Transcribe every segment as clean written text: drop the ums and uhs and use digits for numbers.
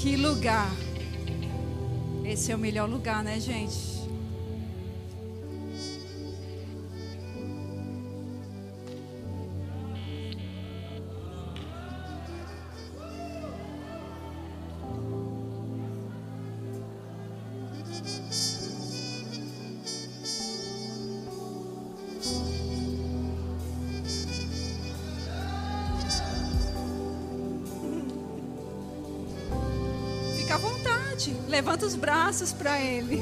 Que lugar. Esse é o melhor lugar, né, gente? Fica à vontade. Levanta os braços para Ele.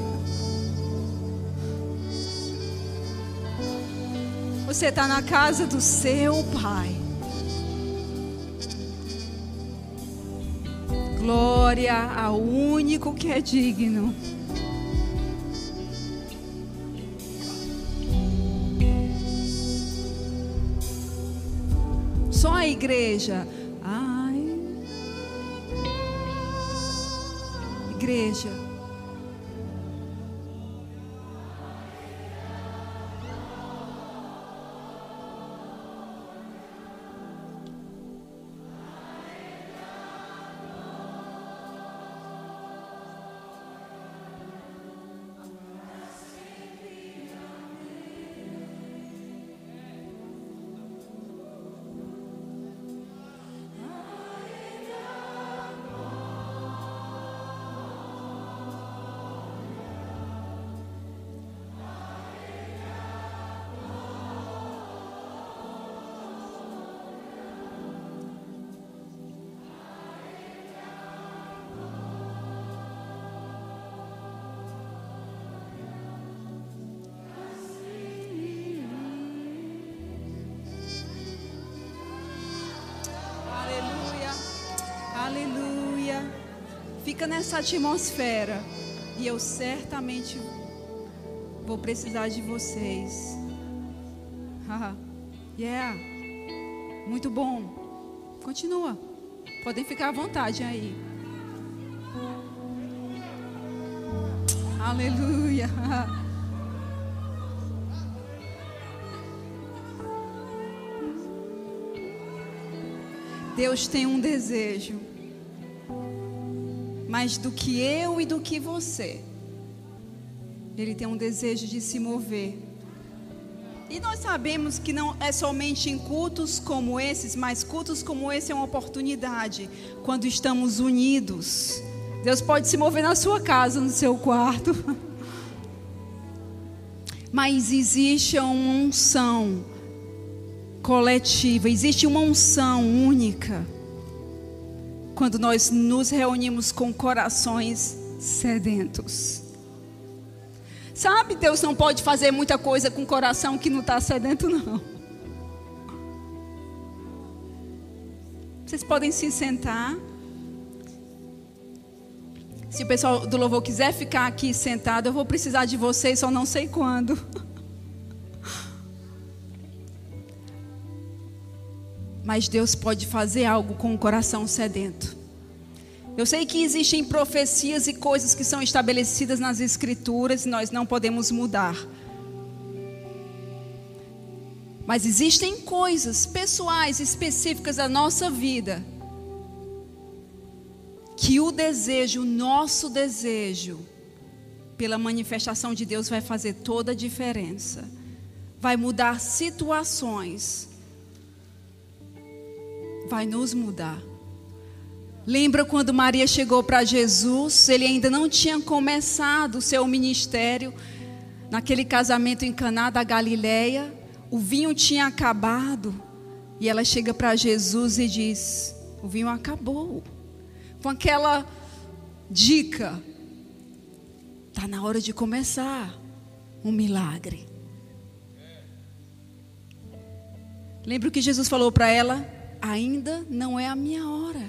Você está na casa do seu Pai. Glória ao único que é digno. Só a igreja. Ai. Igreja. Aleluia. Fica nessa atmosfera. E eu certamente vou precisar de vocês. Yeah. Muito bom. Continua. Podem ficar à vontade aí. Aleluia. Deus tem um desejo, mais do que eu e do que você. Ele tem um desejo de se mover. E nós sabemos que não é somente em cultos como esses, mas cultos como esse é uma oportunidade. Quando estamos unidos, Deus pode se mover na sua casa, no seu quarto. Mas existe uma unção coletiva, existe uma unção única quando nós nos reunimos com corações sedentos. Sabe, Deus não pode fazer muita coisa com coração que não está sedento, não. Vocês podem se sentar. Se o pessoal do louvor quiser ficar aqui sentado, eu vou precisar de vocês, só não sei quando. Mas Deus pode fazer algo com o coração sedento. Eu sei que existem profecias e coisas que são estabelecidas nas Escrituras e nós não podemos mudar. Mas existem coisas pessoais, específicas da nossa vida, que o desejo, o nosso desejo, pela manifestação de Deus vai fazer toda a diferença. Vai mudar situações. Vai nos mudar. Lembra quando Maria chegou para Jesus? Ele ainda não tinha começado o seu ministério. Naquele casamento em Caná da Galileia, o vinho tinha acabado. E ela chega para Jesus e diz: o vinho acabou. Com aquela dica: está na hora de começar um milagre. Lembra o que Jesus falou para ela? Ainda não é a minha hora.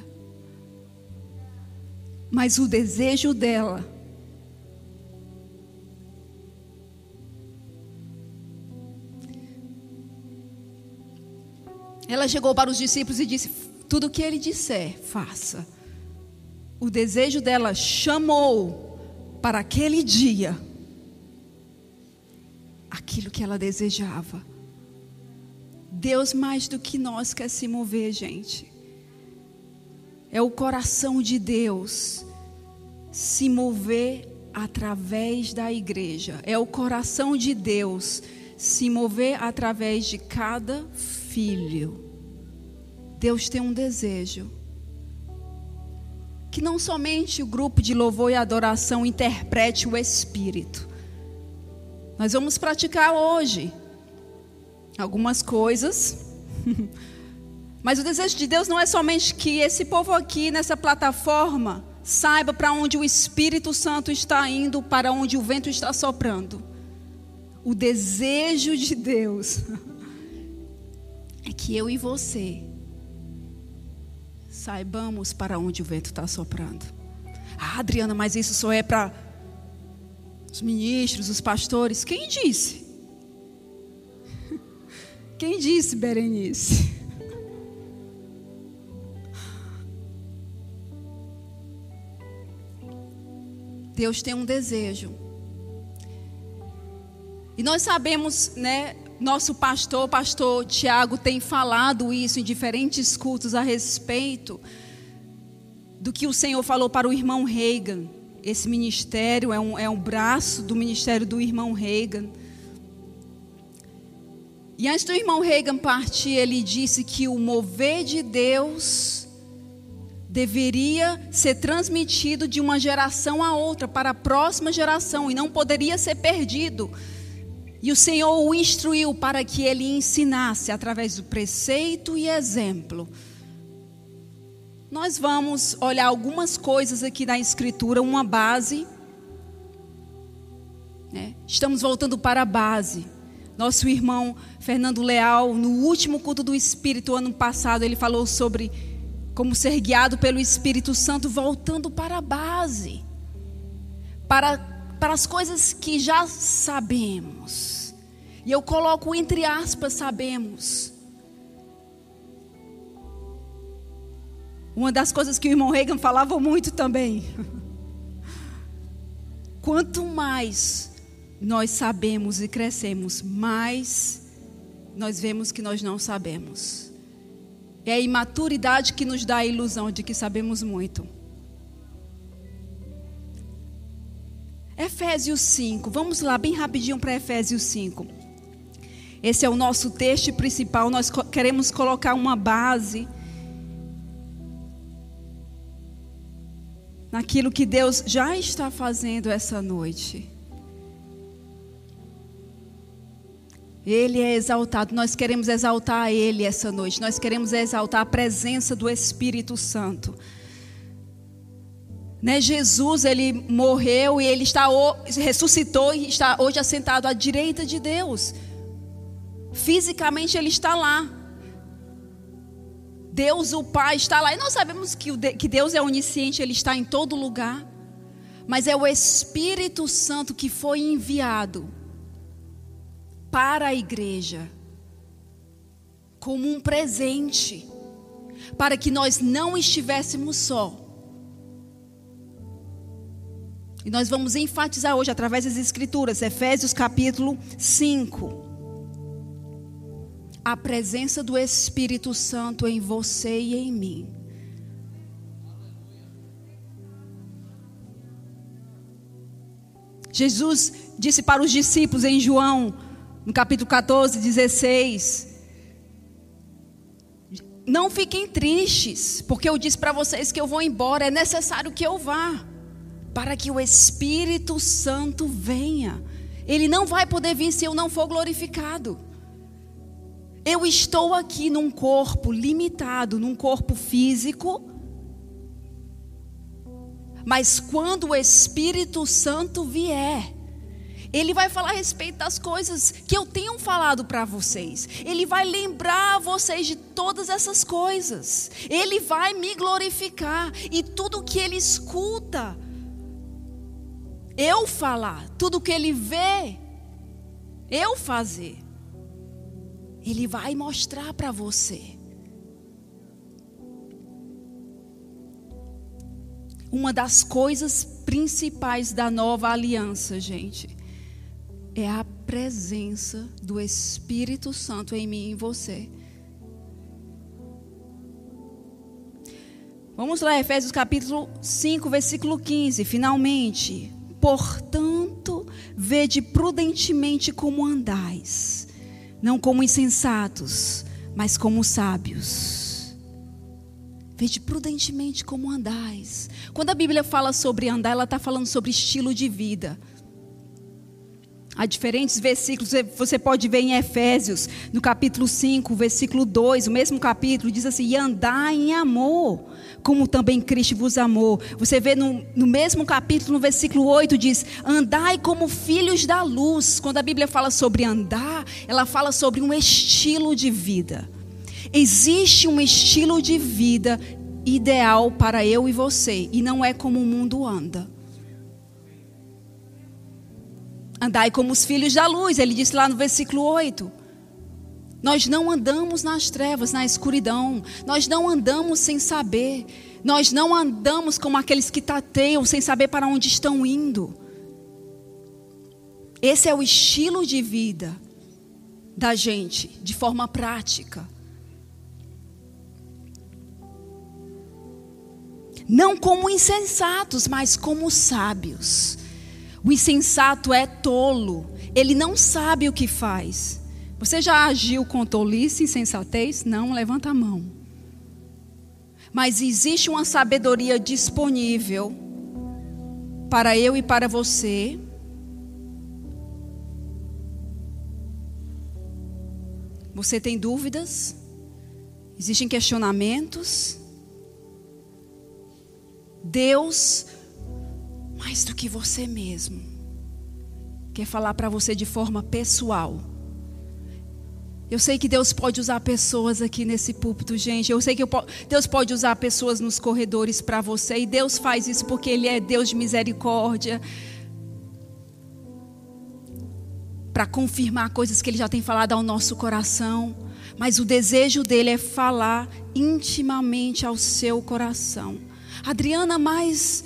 Mas o desejo dela ela chegou para os discípulos e disse: tudo o que ele disser, faça. O desejo dela chamou para aquele dia aquilo que ela desejava. Deus mais do que nós quer se mover, gente. É o coração de Deus se mover através da igreja. É o coração de Deus se mover através de cada filho. Deus tem um desejo. Que não somente o grupo de louvor e adoração interprete o Espírito. Nós vamos praticar hoje algumas coisas. Mas o desejo de Deus não é somente que esse povo aqui nessa plataforma saiba para onde o Espírito Santo está indo, para onde o vento está soprando. O desejo de Deus é que eu e você saibamos para onde o vento está soprando. Ah, Adriana, mas isso só é para os ministros, os pastores. Quem disse? Quem disse, Berenice? Deus tem um desejo. E nós sabemos, né? Nosso pastor Tiago, tem falado isso em diferentes cultos a respeito do que o Senhor falou para o irmão Reagan. Esse ministério é um braço do ministério do irmão Reagan. E antes do irmão Reagan partir, ele disse que o mover de Deus deveria ser transmitido de uma geração a outra, para a próxima geração, e não poderia ser perdido. E o Senhor o instruiu para que ele ensinasse através do preceito e exemplo. Nós vamos olhar algumas coisas aqui na Escritura, uma base. Né? Estamos voltando para a base. Nosso irmão Fernando Leal, no último culto do Espírito, ano passado, ele falou sobre como ser guiado pelo Espírito Santo, voltando para a base. Para as coisas que já sabemos. E eu coloco entre aspas, sabemos. Uma das coisas que o irmão Reagan falava muito também. Quanto mais nós sabemos e crescemos, mais nós vemos que nós não sabemos. É a imaturidade que nos dá a ilusão de que sabemos muito. Efésios 5, vamos lá bem rapidinho para Efésios 5. Esse é o nosso texto principal, nós queremos colocar uma base naquilo que Deus já está fazendo essa noite. Ele é exaltado, nós queremos exaltar Ele essa noite, nós queremos exaltar a presença do Espírito Santo. Né? Jesus, Ele morreu e Ele ressuscitou e está hoje assentado à direita de Deus. Fisicamente Ele está lá. Deus, o Pai, está lá. E nós sabemos que Deus é onisciente, Ele está em todo lugar. Mas é o Espírito Santo que foi enviado para a igreja como um presente, para que nós não estivéssemos só. E nós vamos enfatizar hoje através das Escrituras, Efésios capítulo 5. A presença do Espírito Santo em você e em mim. Jesus disse para os discípulos em João, no capítulo 14, 16. Não fiquem tristes, porque eu disse para vocês que eu vou embora. É necessário que eu vá, para que o Espírito Santo venha. Ele não vai poder vir se eu não for glorificado. Eu estou aqui num corpo limitado, num corpo físico. Mas quando o Espírito Santo vier, Ele vai falar a respeito das coisas que eu tenho falado para vocês. Ele vai lembrar vocês de todas essas coisas. Ele vai me glorificar. E tudo que Ele escuta eu falar, tudo que Ele vê eu fazer, Ele vai mostrar para você. Uma das coisas principais da nova aliança, gente, é a presença do Espírito Santo em mim e em você. Vamos lá, Efésios capítulo 5, versículo 15. Finalmente, portanto, vede prudentemente como andais, não como insensatos, mas como sábios. Vede prudentemente como andais. Quando a Bíblia fala sobre andar, ela está falando sobre estilo de vida. Há diferentes versículos, você pode ver em Efésios, no capítulo 5, versículo 2, o mesmo capítulo, diz assim: e andar em amor, como também Cristo vos amou. Você vê no mesmo capítulo, no versículo 8, diz: andai como filhos da luz. Quando a Bíblia fala sobre andar, ela fala sobre um estilo de vida. Existe um estilo de vida ideal para eu e você, e não é como o mundo anda. Andai como os filhos da luz, ele disse lá no versículo 8. Nós não andamos nas trevas, na escuridão. Nós não andamos sem saber. Nós não andamos como aqueles que tateiam, sem saber para onde estão indo. Esse é o estilo de vida da gente, de forma prática. Não como insensatos, mas como sábios. O insensato é tolo, ele não sabe o que faz. Você já agiu com tolice e insensatez? Não, levanta a mão. Mas existe uma sabedoria disponível para eu e para você. Você tem dúvidas? Existem questionamentos? Deus, mais do que você mesmo, quer falar para você de forma pessoal. Eu sei que Deus pode usar pessoas aqui nesse púlpito, gente. Eu sei que Deus pode usar pessoas nos corredores para você. E Deus faz isso porque Ele é Deus de misericórdia, para confirmar coisas que Ele já tem falado ao nosso coração. Mas o desejo dEle é falar intimamente ao seu coração. Adriana, mas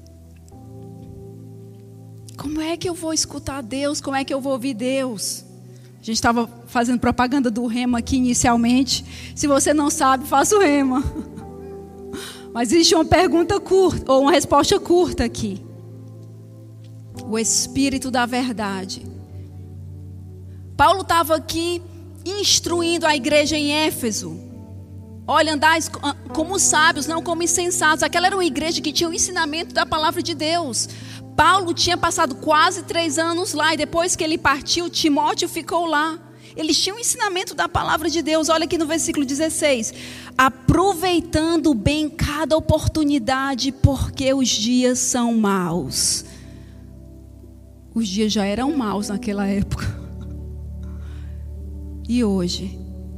como é que eu vou escutar Deus? Como é que eu vou ouvir Deus? A gente estava fazendo propaganda do Rema aqui inicialmente. Se você não sabe, faça o Rema. Mas existe uma pergunta curta, ou uma resposta curta aqui. O Espírito da verdade. Paulo estava aqui instruindo a igreja em Éfeso. Olha, andais como sábios, não como insensatos. Aquela era uma igreja que tinha o ensinamento da palavra de Deus. Paulo tinha passado quase 3 anos lá, e depois que ele partiu, Timóteo ficou lá. Eles tinham o ensinamento da palavra de Deus. Olha aqui no versículo 16. Aproveitando bem cada oportunidade, porque os dias são maus. Os dias já eram maus naquela época. E hoje?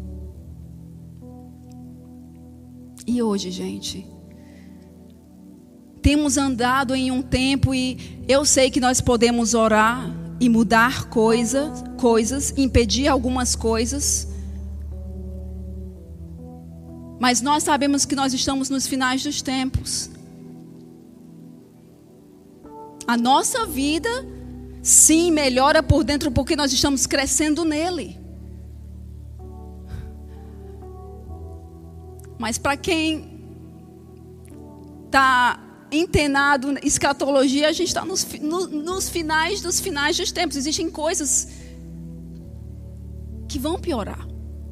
E hoje, gente? Temos andado em um tempo e eu sei que nós podemos orar e mudar coisas, impedir algumas coisas. Mas nós sabemos que nós estamos nos finais dos tempos. A nossa vida, sim, melhora por dentro porque nós estamos crescendo nele. Mas para quem está antenado na escatologia, a gente está nos finais dos finais dos tempos. Existem coisas que vão piorar.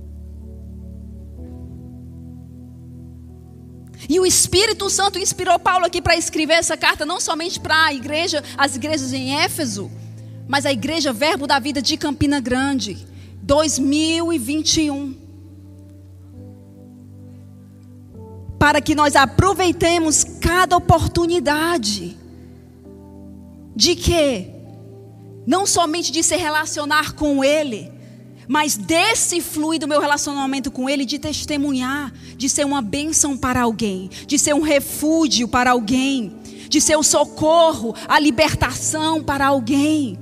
E o Espírito Santo inspirou Paulo aqui para escrever essa carta, não somente para a igreja, as igrejas em Éfeso, mas a igreja Verbo da Vida de Campina Grande, 2021. Para que nós aproveitemos cada oportunidade. De quê? Não somente de se relacionar com Ele, mas desse fluir do meu relacionamento com Ele, de testemunhar, de ser uma bênção para alguém, de ser um refúgio para alguém, de ser o socorro, a libertação para alguém.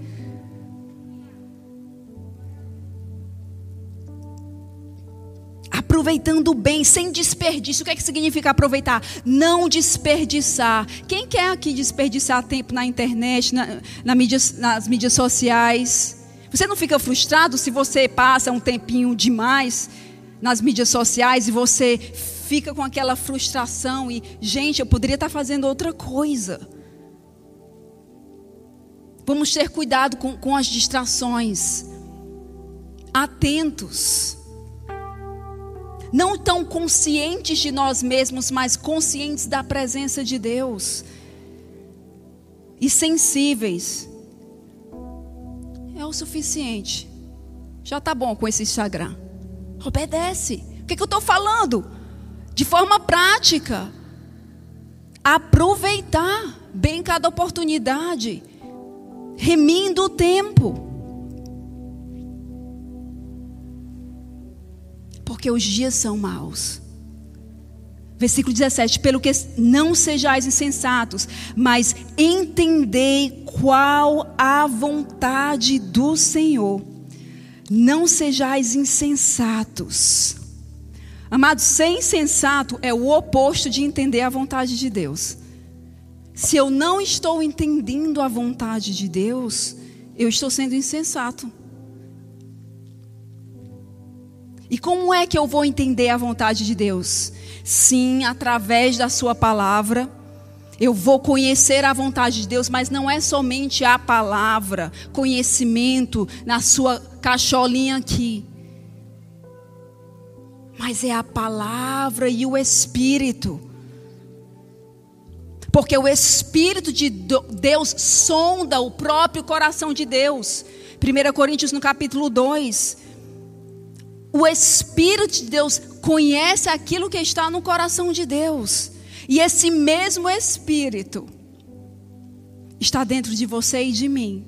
Aproveitando bem, sem desperdício. O que é que significa aproveitar? Não desperdiçar. Quem quer aqui desperdiçar tempo na internet, nas mídias sociais? Você não fica frustrado se você passa um tempinho demais nas mídias sociais e você fica com aquela frustração e, gente, eu poderia estar fazendo outra coisa. Vamos ter cuidado com as distrações. Atentos. Não tão conscientes de nós mesmos, mas conscientes da presença de Deus. E sensíveis. É o suficiente. Já está bom com esse Instagram. Obedece. O que eu estou falando? De forma prática. Aproveitar bem cada oportunidade. Remindo o tempo. Porque os dias são maus. Versículo 17. Pelo que não sejais insensatos, mas entendei qual a vontade do Senhor. Não sejais insensatos. Amados, ser insensato é o oposto de entender a vontade de Deus. Se eu não estou entendendo a vontade de Deus, eu estou sendo insensato. E como é que eu vou entender a vontade de Deus? Sim, através da sua palavra. Eu vou conhecer a vontade de Deus, mas não é somente a palavra, conhecimento na sua cacholinha aqui. Mas é a palavra e o Espírito. Porque o Espírito de Deus sonda o próprio coração de Deus. 1 Coríntios no capítulo 2. O Espírito de Deus conhece aquilo que está no coração de Deus. E esse mesmo Espírito está dentro de você e de mim.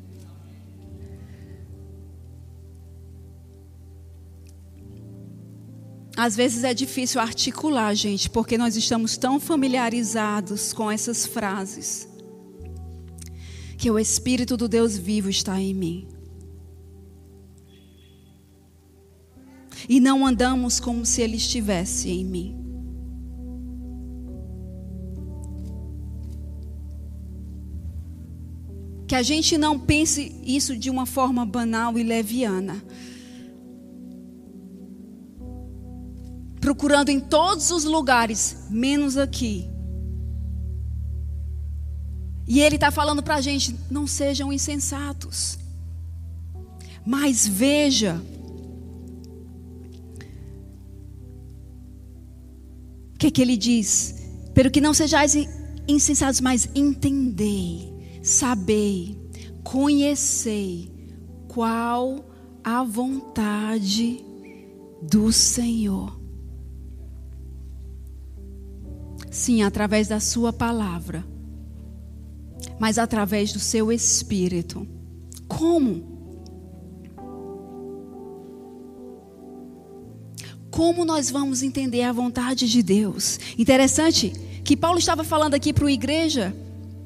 Às vezes é difícil articular, gente, porque nós estamos tão familiarizados com essas frases. Que o Espírito do Deus vivo está em mim. E não andamos como se Ele estivesse em mim. Que a gente não pense isso de uma forma banal e leviana. Procurando em todos os lugares, menos aqui. E Ele está falando para a gente, não sejam insensatos. Mas veja. O que Ele diz? Pelo que não sejais insensatos, mas entendei, sabei, conhecei qual a vontade do Senhor. Sim, através da sua palavra, mas através do seu Espírito. Como? Como nós vamos entender a vontade de Deus? Interessante que Paulo estava falando aqui para a igreja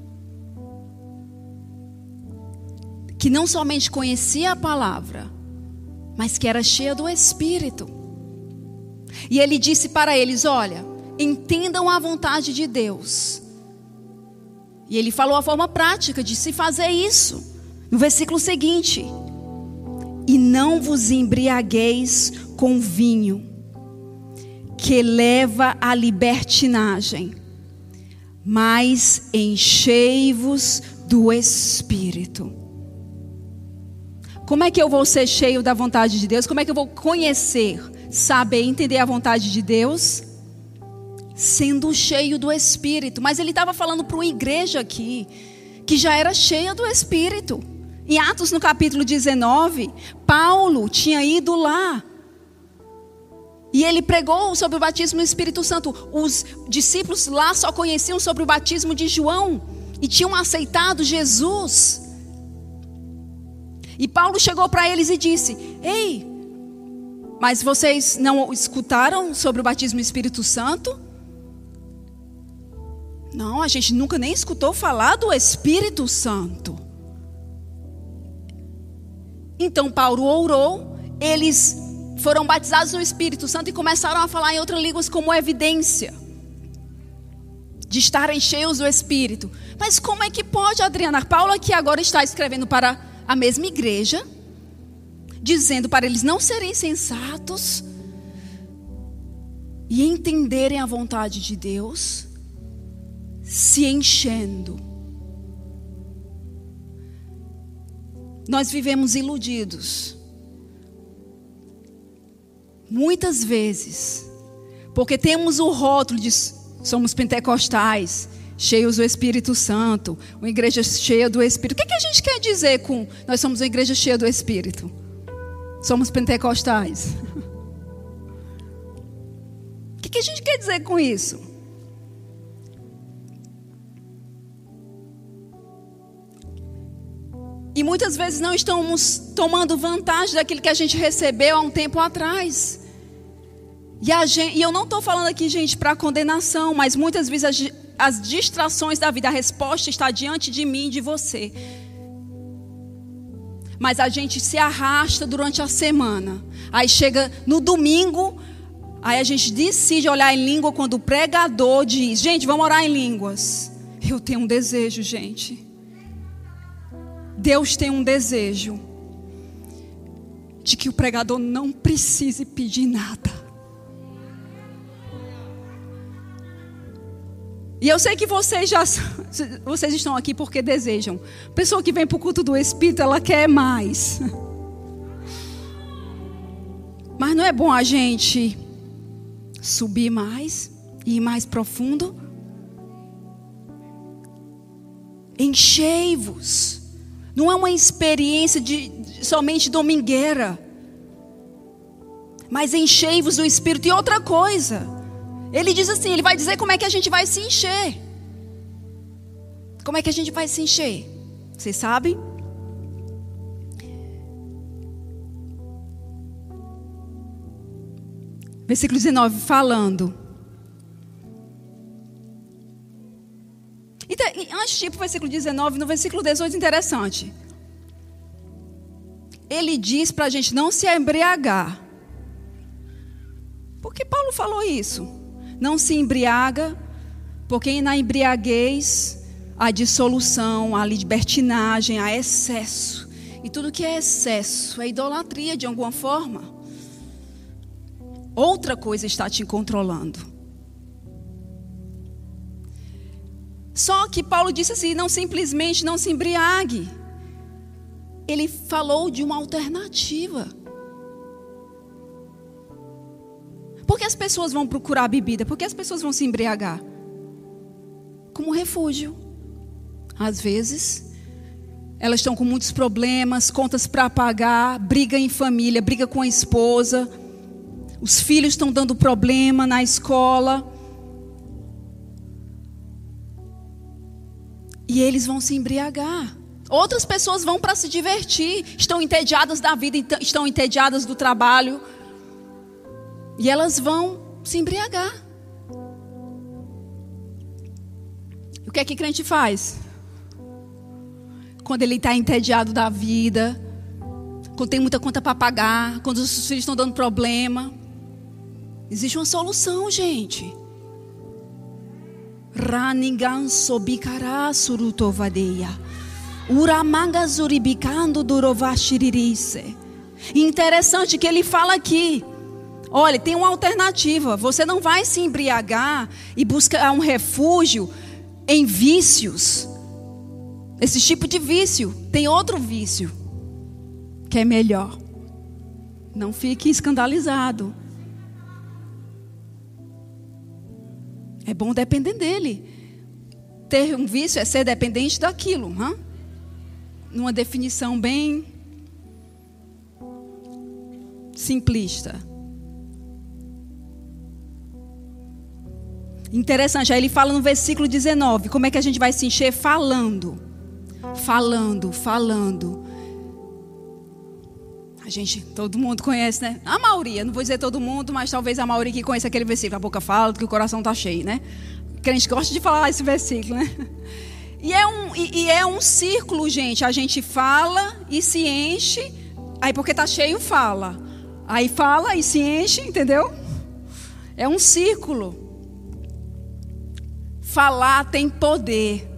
que não somente conhecia a palavra, mas que era cheia do Espírito. E ele disse para eles, olha, entendam a vontade de Deus. E ele falou a forma prática de se fazer isso. No versículo seguinte. E não vos embriagueis com vinho, que leva à libertinagem, mas enchei-vos do Espírito. Como é que eu vou ser cheio da vontade de Deus? Como é que eu vou conhecer, saber, entender a vontade de Deus? Sendo cheio do Espírito. Mas ele estava falando para uma igreja aqui, que já era cheia do Espírito. Em Atos no capítulo 19, Paulo tinha ido lá. E ele pregou sobre o batismo no Espírito Santo. Os discípulos lá só conheciam sobre o batismo de João. E tinham aceitado Jesus. E Paulo chegou para eles e disse, ei, mas vocês não escutaram sobre o batismo no Espírito Santo? Não, a gente nunca nem escutou falar do Espírito Santo. Então Paulo orou, eles foram batizados no Espírito Santo e começaram a falar em outras línguas como evidência de estarem cheios do Espírito. Mas como é que pode, Adriana? Paulo aqui agora está escrevendo para a mesma igreja, dizendo para eles não serem sensatos. e entenderem a vontade de Deus, se enchendo. Nós vivemos iludidos. Muitas vezes, porque temos o rótulo de somos pentecostais, cheios do Espírito Santo, uma igreja cheia do Espírito. O que a gente quer dizer com nós somos uma igreja cheia do Espírito? Somos pentecostais. O que a gente quer dizer com isso? E muitas vezes não estamos tomando vantagem daquilo que a gente recebeu há um tempo atrás. E eu não estou falando aqui, gente, para condenação, mas muitas vezes as distrações da vida, a resposta está diante de mim e de você. Mas a gente se arrasta durante a semana. Aí chega no domingo, aí a gente decide olhar em língua quando o pregador diz: gente, vamos orar em línguas. Eu tenho um desejo, gente. Deus tem um desejo de que o pregador não precise pedir nada. E eu sei que vocês estão aqui porque desejam. A pessoa que vem para o culto do Espírito, ela quer mais. Mas não é bom a gente subir mais e ir mais profundo? Enchei-vos. Não é uma experiência somente domingueira. Mas enchei-vos do Espírito. E outra coisa, ele diz assim, ele vai dizer como é que a gente vai se encher. Como é que a gente vai se encher? Vocês sabem? Versículo 19, falando. Então, antes de ir para o versículo 19, no versículo 18, interessante. Ele diz para a gente não se embriagar. Por que Paulo falou isso? Não se embriaga, porque na embriaguez há dissolução, há libertinagem, há excesso. E tudo que é excesso é idolatria de alguma forma. Outra coisa está te controlando. Só que Paulo disse assim, não simplesmente não se embriague. Ele falou de uma alternativa. Por que as pessoas vão procurar a bebida? Por que as pessoas vão se embriagar? Como refúgio. Às vezes, elas estão com muitos problemas, contas para pagar, briga em família, briga com a esposa. Os filhos estão dando problema na escola. E eles vão se embriagar. Outras pessoas vão para se divertir. Estão entediadas da vida, estão entediadas do trabalho. E elas vão se embriagar. O que é que crente faz? Quando ele está entediado da vida, quando tem muita conta para pagar, quando os filhos estão dando problema. Existe uma solução, gente. Ranigan sobicará surutovadeia. Uramanga zuribicando durovashiririse. Interessante que ele fala aqui. Olha, tem uma alternativa. Você não vai se embriagar e buscar um refúgio em vícios. Esse tipo de vício. Tem outro vício que é melhor. Não fique escandalizado. É bom depender dele. Ter um vício é ser dependente daquilo. Numa definição bem simplista. Interessante, aí ele fala no versículo 19, como é que a gente vai se encher? Falando. A gente, todo mundo conhece, né? A maioria, não vou dizer todo mundo, mas talvez a maioria que conhece aquele versículo. A boca fala que o coração está cheio, né? O crente gosta de falar esse versículo, né? E é um círculo, gente. A gente fala e se enche, aí porque está cheio, fala. Aí fala e se enche, entendeu? É um círculo. Falar tem poder.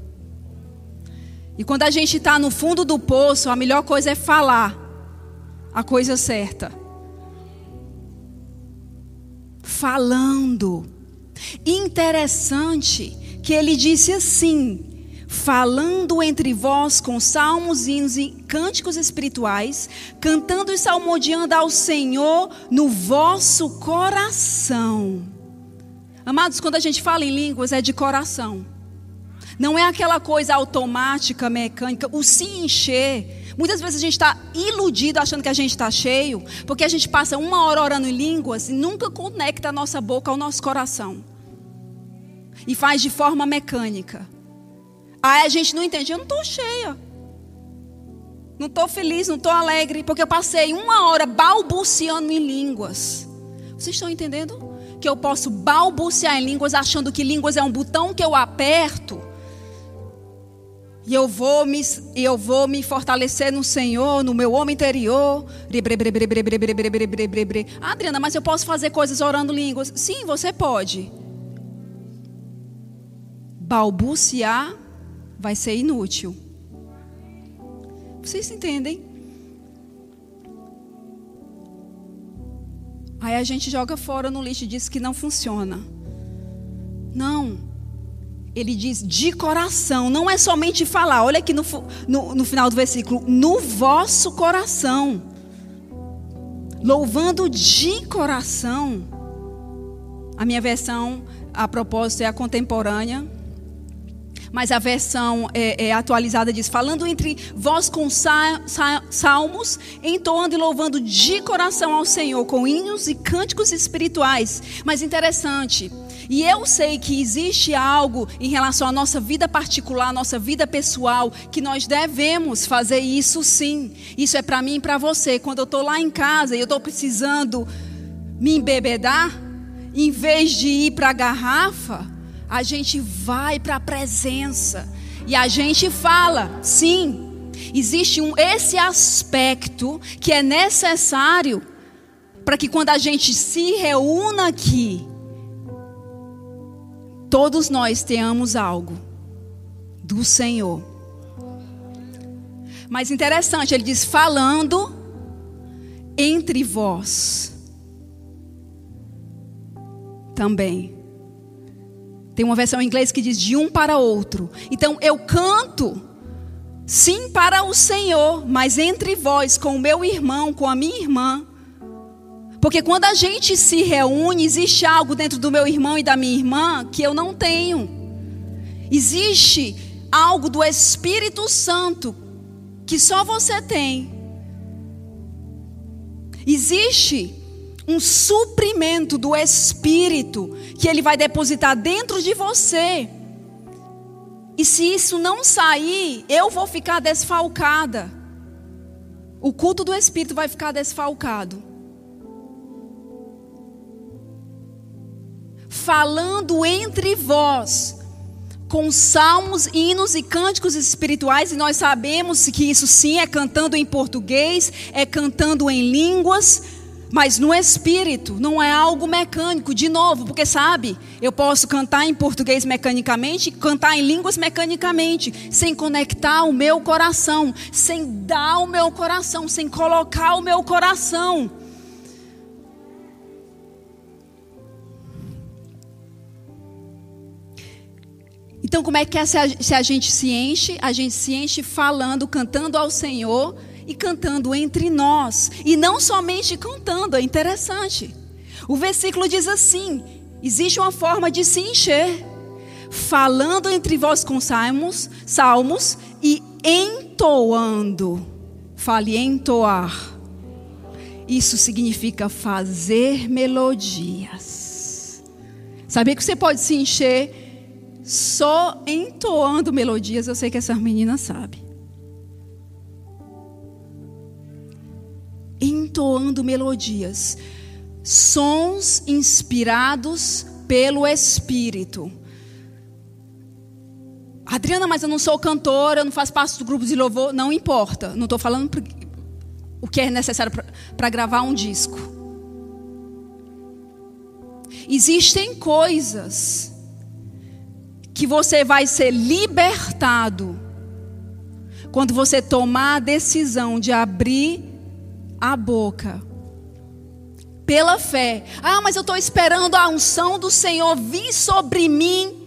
E quando a gente está no fundo do poço, a melhor coisa é falar a coisa certa. falando. Interessante que ele disse assim: falando entre vós com salmos, hinos e cânticos espirituais, cantando e salmodiando ao Senhor no vosso coração. Amados, quando a gente fala em línguas é de coração. Não é aquela coisa automática, mecânica, o se encher. Muitas vezes a gente está iludido achando que a gente está cheio, porque a gente passa 1 hora orando em línguas e nunca conecta a nossa boca ao nosso coração. E faz de forma mecânica. Aí a gente não entende, eu não estou cheia. Não estou feliz, não estou alegre, porque eu passei 1 hora balbuciando em línguas. Vocês estão entendendo? Que eu posso balbuciar em línguas achando que línguas é um botão que eu aperto. E eu vou me fortalecer no Senhor, no meu homem interior. Ah, Adriana, mas eu posso fazer coisas orando línguas? Sim, você pode. Balbuciar vai ser inútil. Vocês entendem? Aí a gente joga fora no lixo e diz que não funciona. Não. Ele diz de coração, não é somente falar. Olha aqui no final do versículo. No vosso coração. Louvando de coração. A minha versão, a propósito, é a contemporânea. Mas a versão atualizada diz: falando entre vós com salmos, entoando e louvando de coração ao Senhor, com hinos e cânticos espirituais. Mas interessante, e eu sei que existe algo em relação à nossa vida particular, nossa vida pessoal, que nós devemos fazer isso sim. Isso é para mim e para você. Quando eu estou lá em casa e eu estou precisando me embebedar, em vez de ir para a garrafa, a gente vai para a presença e a gente fala. Sim, existe esse aspecto que é necessário para que quando a gente se reúna aqui, todos nós tenhamos algo do Senhor. Mas interessante, ele diz: falando entre vós também. Tem uma versão em inglês que diz de um para outro. Então eu canto, sim, para o Senhor, mas entre vós, com o meu irmão, com a minha irmã. Porque quando a gente se reúne, existe algo dentro do meu irmão e da minha irmã que eu não tenho. Existe algo do Espírito Santo que só você tem. Existe um suprimento do Espírito que Ele vai depositar dentro de você. E se isso não sair, eu vou ficar desfalcada. O culto do Espírito vai ficar desfalcado. Falando entre vós com salmos, hinos e cânticos espirituais. E nós sabemos que isso sim é cantando em português, é cantando em línguas, mas no Espírito, não é algo mecânico. De novo, porque sabe, eu posso cantar em português mecanicamente, cantar em línguas mecanicamente, sem conectar o meu coração, sem dar o meu coração, sem colocar o meu coração. Então como é que é se a gente se enche? A gente se enche falando, cantando ao Senhor e cantando entre nós. E não somente cantando, é interessante. O versículo diz assim: existe uma forma de se encher. Falando entre vós com salmos e entoando. Fale entoar. Isso significa fazer melodias. Sabia que você pode se encher só entoando melodias? Eu sei que essas meninas sabem. Entoando melodias, sons inspirados pelo Espírito. Adriana, mas eu não sou cantora, eu não faço parte do grupo de louvor. Não importa, não estou falando o que é necessário para gravar um disco. Existem coisas que você vai ser libertado quando você tomar a decisão de abrir a boca Pela fé. Ah, mas eu estou esperando a unção do Senhor vir sobre mim.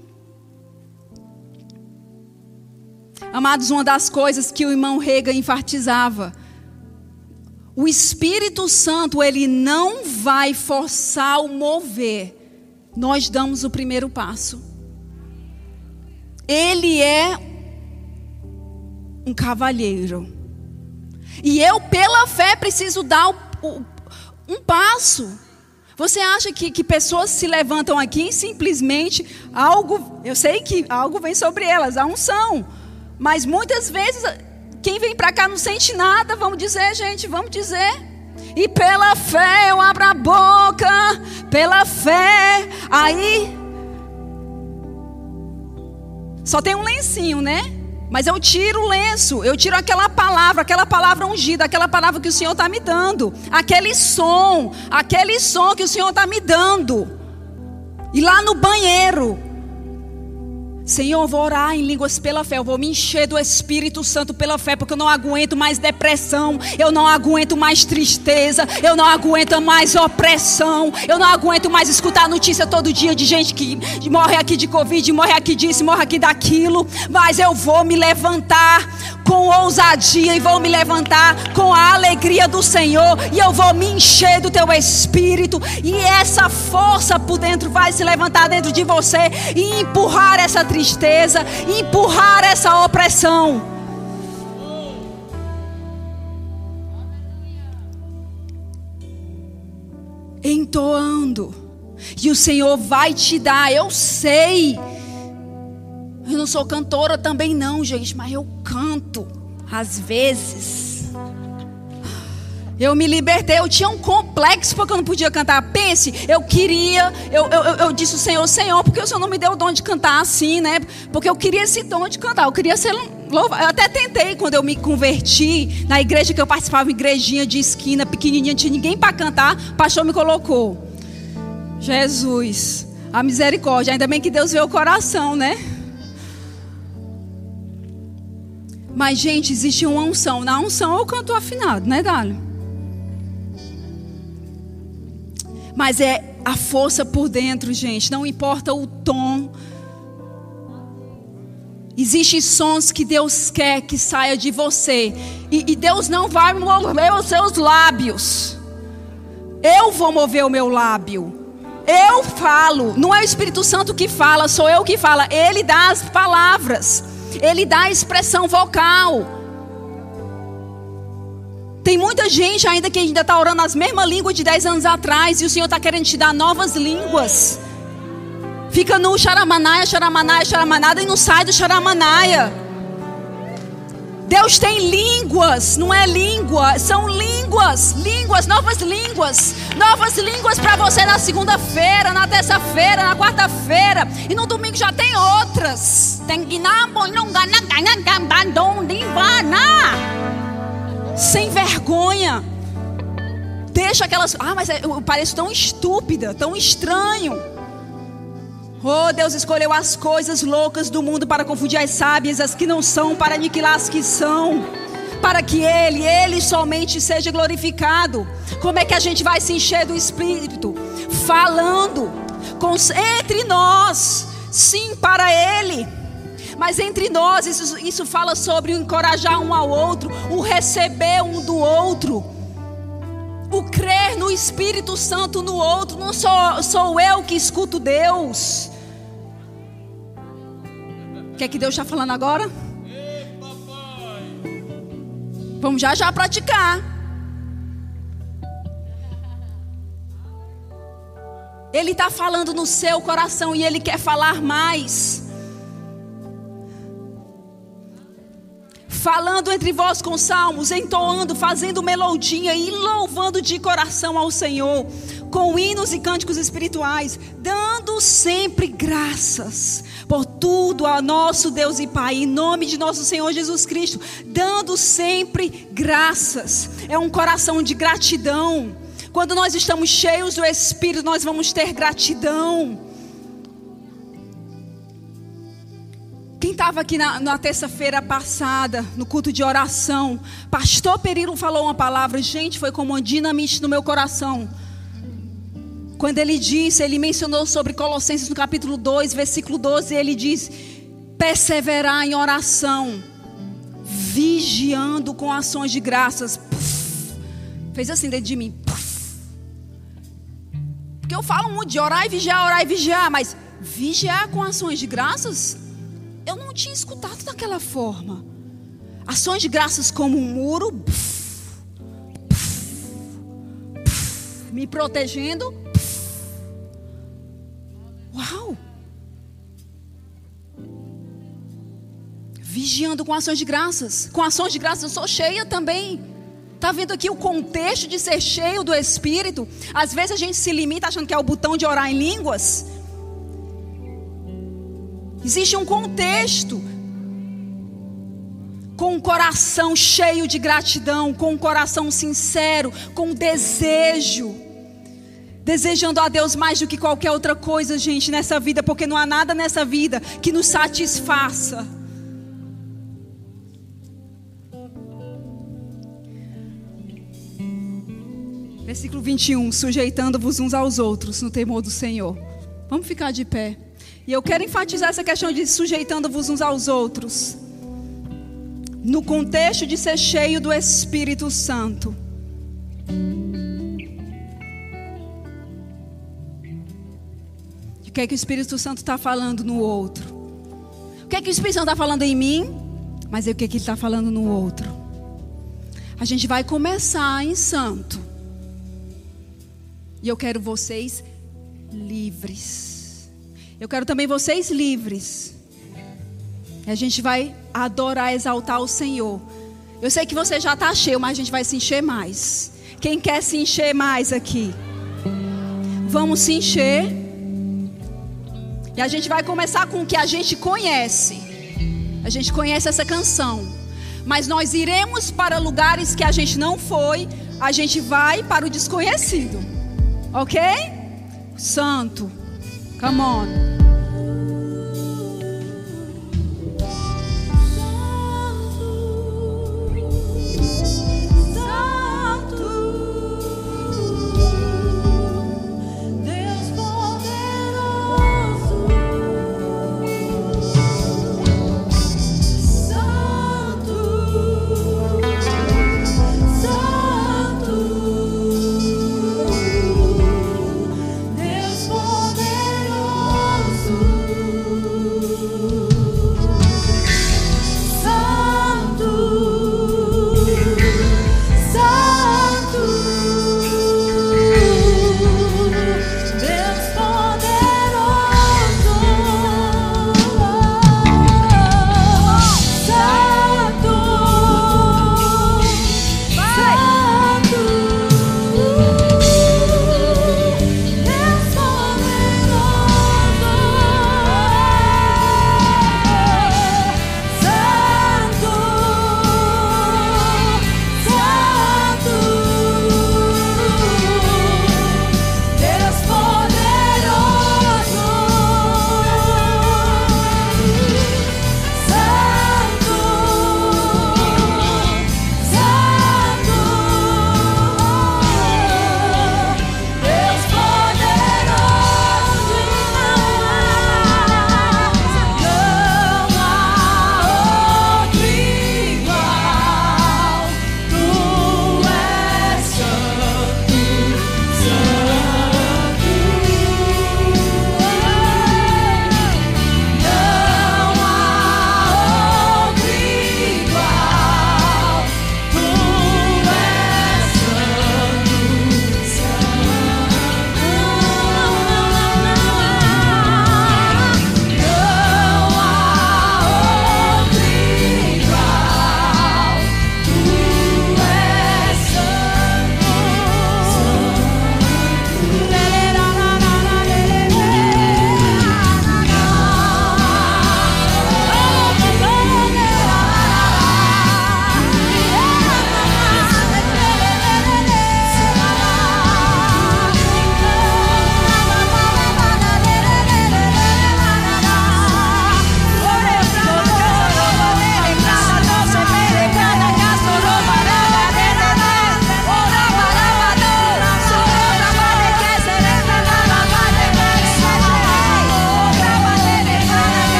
Amados, uma das coisas que o irmão Reagan enfatizava: o Espírito Santo, ele não vai forçar o mover. Nós damos o primeiro passo. Ele é um cavalheiro. E eu, pela fé, preciso dar um passo. Você acha que pessoas se levantam aqui e simplesmente algo... Eu sei que algo vem sobre elas, a unção. Mas muitas vezes, quem vem para cá não sente nada. Vamos dizer, gente, vamos dizer. E pela fé eu abro a boca. Pela fé. Aí... Só tem um lencinho, né? Mas eu tiro o lenço, eu tiro aquela palavra ungida, aquela palavra que o Senhor está me dando. Aquele som que o Senhor está me dando. E lá no banheiro, Senhor, eu vou orar em línguas pela fé. Eu vou me encher do Espírito Santo pela fé. Porque eu não aguento mais depressão. Eu não aguento mais tristeza. Eu não aguento mais opressão. Eu não aguento mais escutar notícia todo dia de gente que morre aqui de Covid, morre aqui disso, morre aqui daquilo. Mas eu vou me levantar com ousadia e vou me levantar com a alegria do Senhor. E eu vou me encher do teu Espírito. E essa força por dentro vai se levantar dentro de você e empurrar essa tristeza, empurrar essa opressão. Entoando. E o Senhor vai te dar, eu sei. Eu não sou cantora também não, gente, mas eu canto às vezes. Eu me libertei, eu tinha um complexo porque eu não podia cantar. Pense, eu queria, eu disse ao Senhor, Senhor, porque o Senhor não me deu o dom de cantar assim, né? Porque eu queria esse dom de cantar, eu queria ser louvado. Eu até tentei quando eu me converti, na igreja que eu participava, uma igrejinha de esquina, pequenininha, não tinha ninguém para cantar, o pastor me colocou. Jesus, a misericórdia, ainda bem que Deus vê o coração, né? Mas, gente, existe uma unção. Na unção eu canto afinado, né, Dálio? Mas é a força por dentro, gente. Não importa o tom. Existem sons que Deus quer que saia de você. E Deus não vai mover os seus lábios. Eu vou mover o meu lábio. Eu falo. Não é o Espírito Santo que fala, sou eu que falo. Ele dá as palavras. Ele dá a expressão vocal. Tem muita gente ainda que ainda está orando as mesmas línguas de 10 anos atrás. E o Senhor está querendo te dar novas línguas. Fica no xaramanaia, xaramanaia, xaramanada e não sai do xaramanaia. Deus tem línguas, não é língua, são línguas, novas línguas. Novas línguas para você na segunda-feira, na terça-feira, na quarta-feira. E no domingo já tem outras. Sem vergonha. Deixa aquelas... mas eu pareço tão estúpida, tão estranho. Oh, Deus escolheu as coisas loucas do mundo para confundir as sábias, as que não são, para aniquilar as que são, para que Ele somente seja glorificado. Como é que a gente vai se encher do Espírito? Falando entre nós, sim, para Ele. Mas entre nós, isso fala sobre o encorajar um ao outro, o receber um do outro, o crer no Espírito Santo no outro. Não sou eu que escuto Deus. O que é que Deus está falando agora? Vamos já praticar. Ele está falando no seu coração e Ele quer falar mais. Falando entre vós com salmos, entoando, fazendo melodia e louvando de coração ao Senhor, com hinos e cânticos espirituais, dando sempre graças por tudo a nosso Deus e Pai, em nome de nosso Senhor Jesus Cristo, dando sempre graças. É um coração de gratidão. Quando nós estamos cheios do Espírito, nós vamos ter gratidão. Quem estava aqui na terça-feira passada, no culto de oração, pastor Perilo falou uma palavra, gente, foi como uma dinamite no meu coração. Quando ele mencionou sobre Colossenses no capítulo 2, versículo 12, ele diz: perseverar em oração, vigiando com ações de graças. Puf, fez assim dentro de mim. Puf. Porque eu falo muito de orar e vigiar, mas vigiar com ações de graças, eu não tinha escutado daquela forma. Ações de graças como um muro, puf, puf, puf, me protegendo. Puf. Uau! Vigiando com ações de graças. Com ações de graças eu sou cheia também. Está vendo aqui o contexto de ser cheio do Espírito? Às vezes a gente se limita achando que é o botão de orar em línguas. Existe um contexto. Com um coração cheio de gratidão, com um coração sincero, com desejo. Desejando a Deus mais do que qualquer outra coisa, gente, nessa vida. Porque não há nada nessa vida que nos satisfaça. Versículo 21, sujeitando-vos uns aos outros no temor do Senhor. Vamos ficar de pé. E eu quero enfatizar essa questão de sujeitando-vos uns aos outros. No contexto de ser cheio do Espírito Santo. O que é que o Espírito Santo está falando no outro? O que é que o Espírito Santo está falando em mim? Mas é o que é que ele está falando no outro? A gente vai começar em santo. E eu quero vocês livres. Eu quero também vocês livres. E a gente vai adorar, exaltar o Senhor. Eu sei que você já está cheio, mas a gente vai se encher mais. Quem quer se encher mais aqui? Vamos se encher. E a gente vai começar com o que a gente conhece. A gente conhece essa canção. Mas nós iremos para lugares que a gente não foi. A gente vai para o desconhecido. Ok? Santo. Come on. Deus poderoso.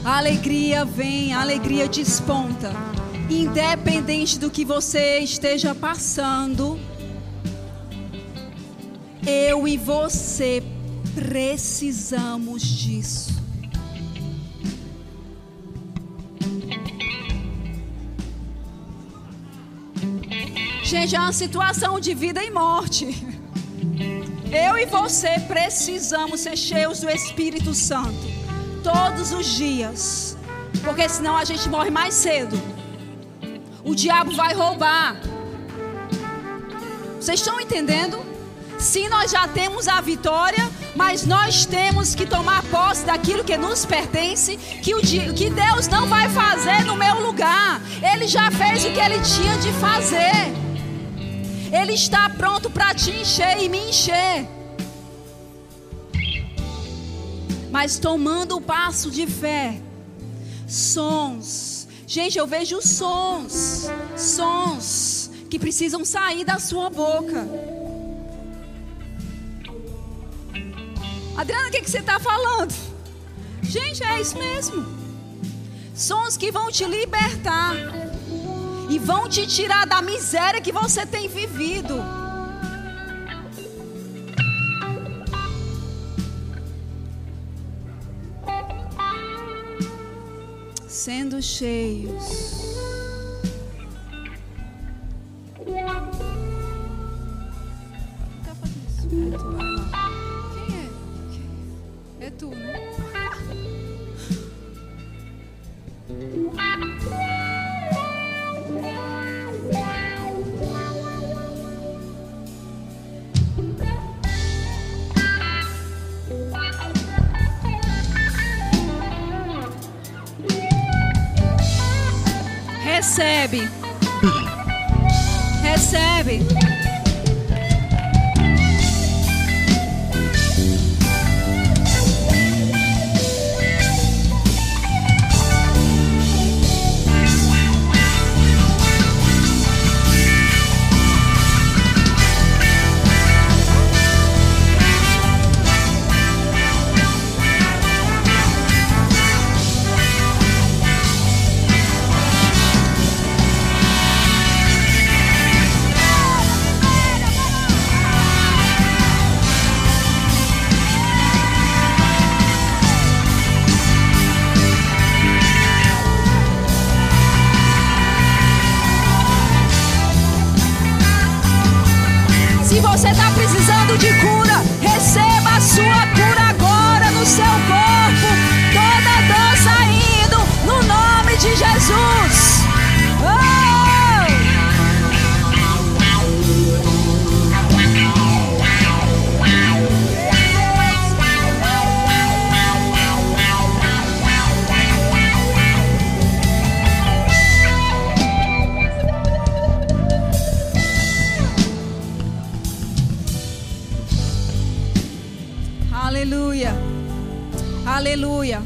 A alegria vem, a alegria desponta. Independente do que você esteja passando, eu e você precisamos disso. Gente, é uma situação de vida e morte. Eu e você precisamos ser cheios do Espírito Santo todos os dias, porque senão a gente morre mais cedo. O diabo vai roubar. Vocês estão entendendo? Sim, nós já temos a vitória, mas nós temos que tomar posse daquilo que nos pertence, que Deus não vai fazer no meu lugar. Ele já fez o que Ele tinha de fazer. Ele está pronto para te encher e me encher. Mas tomando o passo de fé, sons. Gente, eu vejo sons que precisam sair da sua boca. Adriana, o que você está falando? Gente, é isso mesmo. Sons que vão te libertar e vão te tirar da miséria que você tem vivido. Sendo cheios. Quem é? É tu, né? Recebe. Recebe. Se você está precisando de cura, receba a sua cura agora no seu corpo. Toda dor saindo no nome de Jesus. Aleluia, aleluia.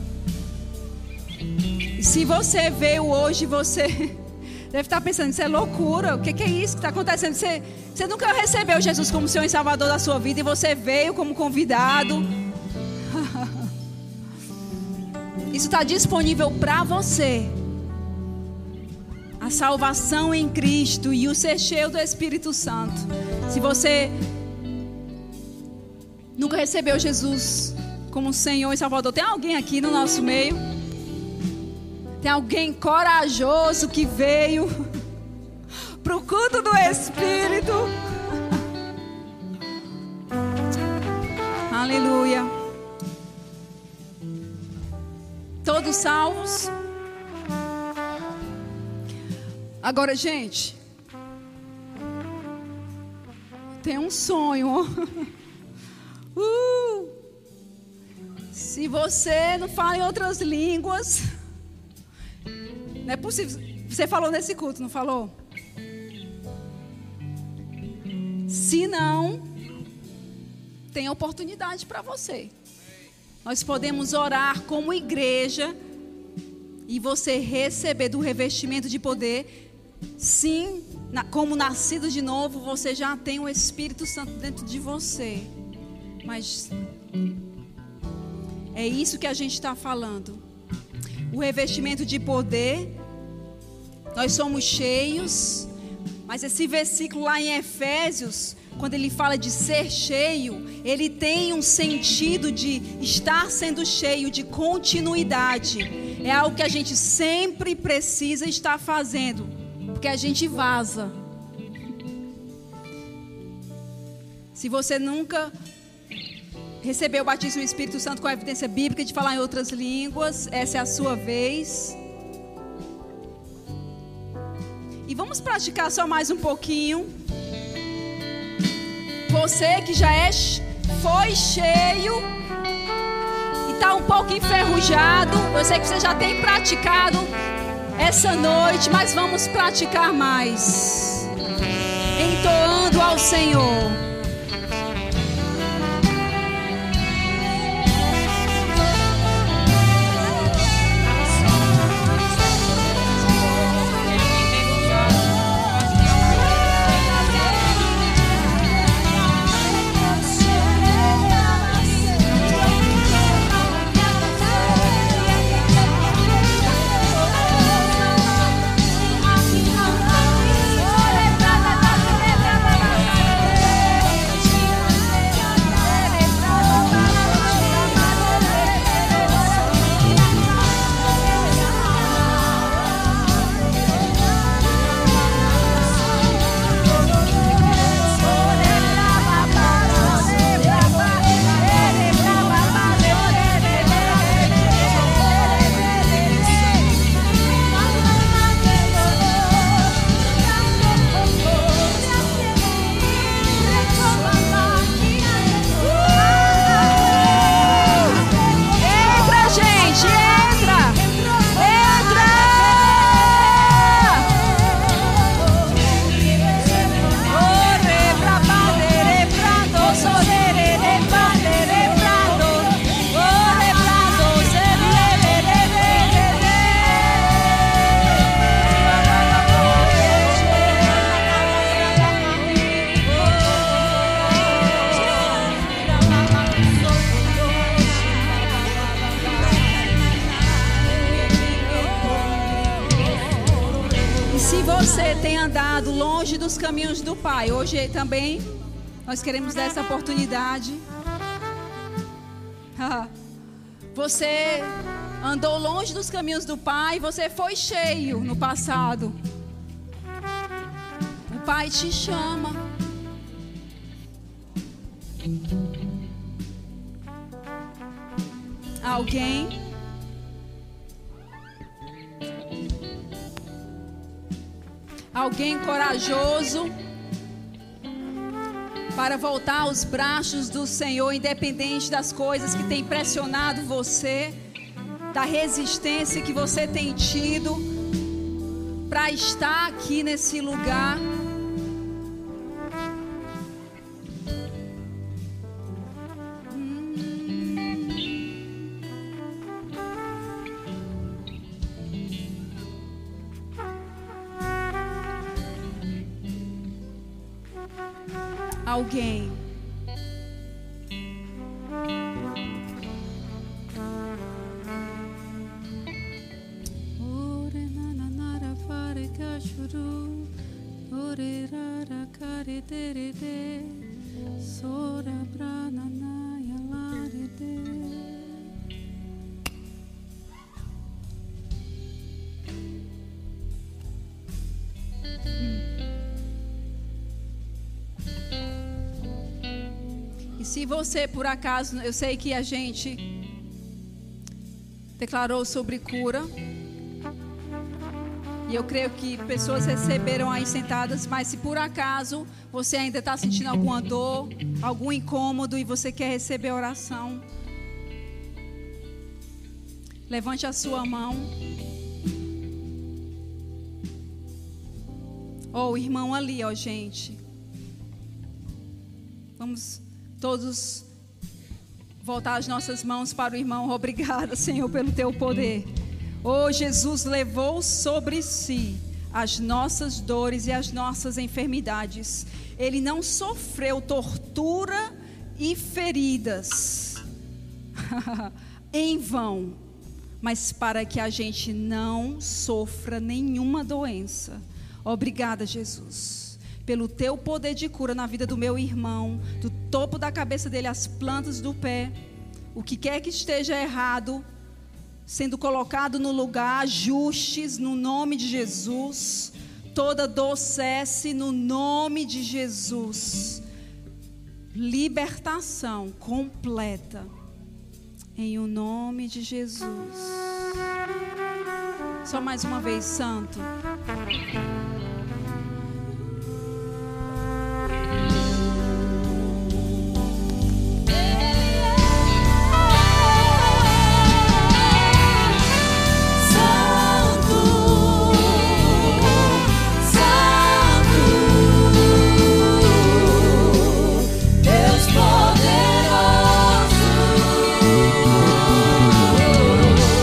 E se você veio hoje, você deve estar pensando, isso é loucura, o que é isso que está acontecendo? Você nunca recebeu Jesus como Senhor e Salvador da sua vida e você veio como convidado. Isso está disponível para você. A salvação em Cristo e o ser cheio do Espírito Santo. Se você nunca recebeu Jesus como Senhor e Salvador, tem alguém aqui no nosso meio? Tem alguém corajoso que veio para o culto do Espírito? Aleluia. Todos salvos? Agora, gente, tem um sonho. Se você não fala em outras línguas, não é possível. Você falou nesse culto, não falou? Se não, tem oportunidade para você. Nós podemos orar como igreja e você receber do revestimento de poder. Sim, como nascido de novo, você já tem o Espírito Santo dentro de você. Mas é isso que a gente está falando. o revestimento de poder. Nós somos cheios. Mas esse versículo lá em Efésios, quando ele fala de ser cheio, ele tem um sentido de estar sendo cheio, de continuidade. É algo que a gente sempre precisa estar fazendo, porque a gente vaza. Se você nunca recebeu o batismo do Espírito Santo com a evidência bíblica de falar em outras línguas, essa é a sua vez. E vamos praticar só mais um pouquinho. Você que já foi cheio e está um pouco enferrujado, eu sei que você já tem praticado essa noite, mas vamos praticar mais, entoando ao Senhor. Dos caminhos do Pai. Hoje também nós queremos dar essa oportunidade. Você andou longe dos caminhos do Pai, você foi cheio no passado. O Pai te chama. Alguém? Alguém corajoso para voltar aos braços do Senhor, independente das coisas que têm pressionado você, da resistência que você tem tido para estar aqui nesse lugar. Alguém. Se você, por acaso, eu sei que a gente declarou sobre cura, e eu creio que pessoas receberam aí sentadas, mas se por acaso você ainda está sentindo alguma dor, algum incômodo e você quer receber oração, levante a sua mão. O irmão ali, gente. Vamos todos voltar as nossas mãos para o irmão. Obrigada, Senhor, pelo teu poder. Jesus levou sobre si as nossas dores e as nossas enfermidades. Ele não sofreu tortura e feridas em vão. mas para que a gente não sofra nenhuma doença. Obrigada, Jesus, pelo teu poder de cura na vida do meu irmão, do topo da cabeça dele às plantas do pé. O que quer que esteja errado, sendo colocado no lugar, ajustes no nome de Jesus. Toda dor cesse no nome de Jesus. Libertação completa em o nome de Jesus. Só mais uma vez, Santo.